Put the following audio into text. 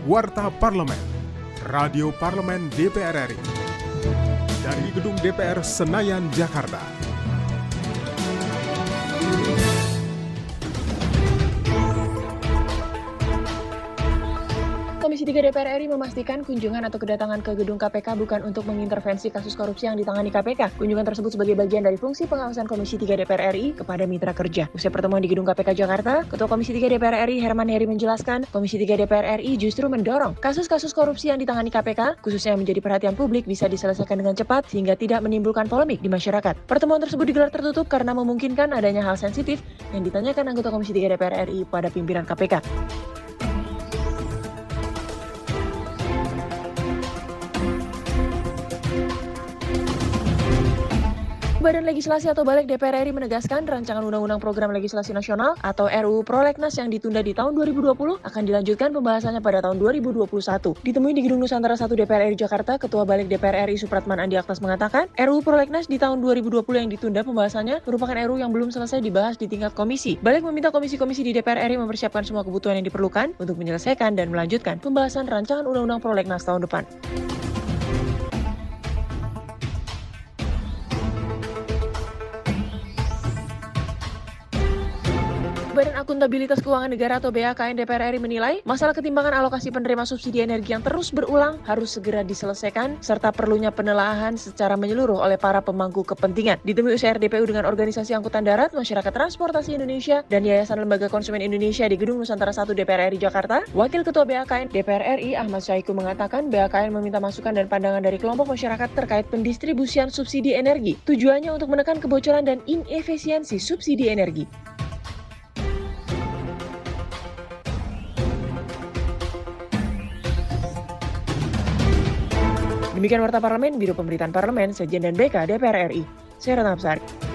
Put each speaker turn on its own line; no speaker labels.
Warta Parlemen, Radio Parlemen DPR RI. Dari Gedung DPR Senayan, Jakarta.
Komisi 3 DPR RI memastikan kunjungan atau kedatangan ke gedung KPK bukan untuk mengintervensi kasus korupsi yang ditangani KPK. Kunjungan tersebut sebagai bagian dari fungsi pengawasan Komisi 3 DPR RI kepada mitra kerja. Usai pertemuan di gedung KPK Jakarta, Ketua Komisi 3 DPR RI Herman Heri menjelaskan, Komisi 3 DPR RI justru mendorong kasus-kasus korupsi yang ditangani KPK, khususnya yang menjadi perhatian publik, bisa diselesaikan dengan cepat sehingga tidak menimbulkan polemik di masyarakat. Pertemuan tersebut digelar tertutup karena memungkinkan adanya hal sensitif yang ditanyakan anggota Komisi 3 DPR RI pada pimpinan KPK. Badan Legislasi atau Balik DPR RI menegaskan rancangan Undang-Undang Program Legislasi Nasional atau RUU Prolegnas yang ditunda di tahun 2020 akan dilanjutkan pembahasannya pada tahun 2021. Ditemui di Gedung Nusantara 1 DPR RI Jakarta, Ketua Balik DPR RI Supratman Andi Aktas mengatakan, RUU Prolegnas di tahun 2020 yang ditunda pembahasannya merupakan RUU yang belum selesai dibahas di tingkat komisi. Balik meminta komisi-komisi di DPR RI mempersiapkan semua kebutuhan yang diperlukan untuk menyelesaikan dan melanjutkan pembahasan rancangan Undang-Undang Prolegnas tahun depan. Badan Akuntabilitas Keuangan Negara atau BAKN DPR RI menilai masalah ketimbangan alokasi penerima subsidi energi yang terus berulang harus segera diselesaikan serta perlunya penelaahan secara menyeluruh oleh para pemangku kepentingan. Ditemui UCRDPU dengan Organisasi Angkutan Darat, Masyarakat Transportasi Indonesia, dan Yayasan Lembaga Konsumen Indonesia di Gedung Nusantara 1 DPR RI Jakarta, Wakil Ketua BAKN DPR RI Ahmad Syahiku mengatakan BAKN meminta masukan dan pandangan dari kelompok masyarakat terkait pendistribusian subsidi energi. Tujuannya untuk menekan kebocoran dan inefisiensi subsidi energi. Demikian Warta Parlemen, Biro Pemberitaan Parlemen, Sekjen dan BK DPR RI. Saya Ratna Absari.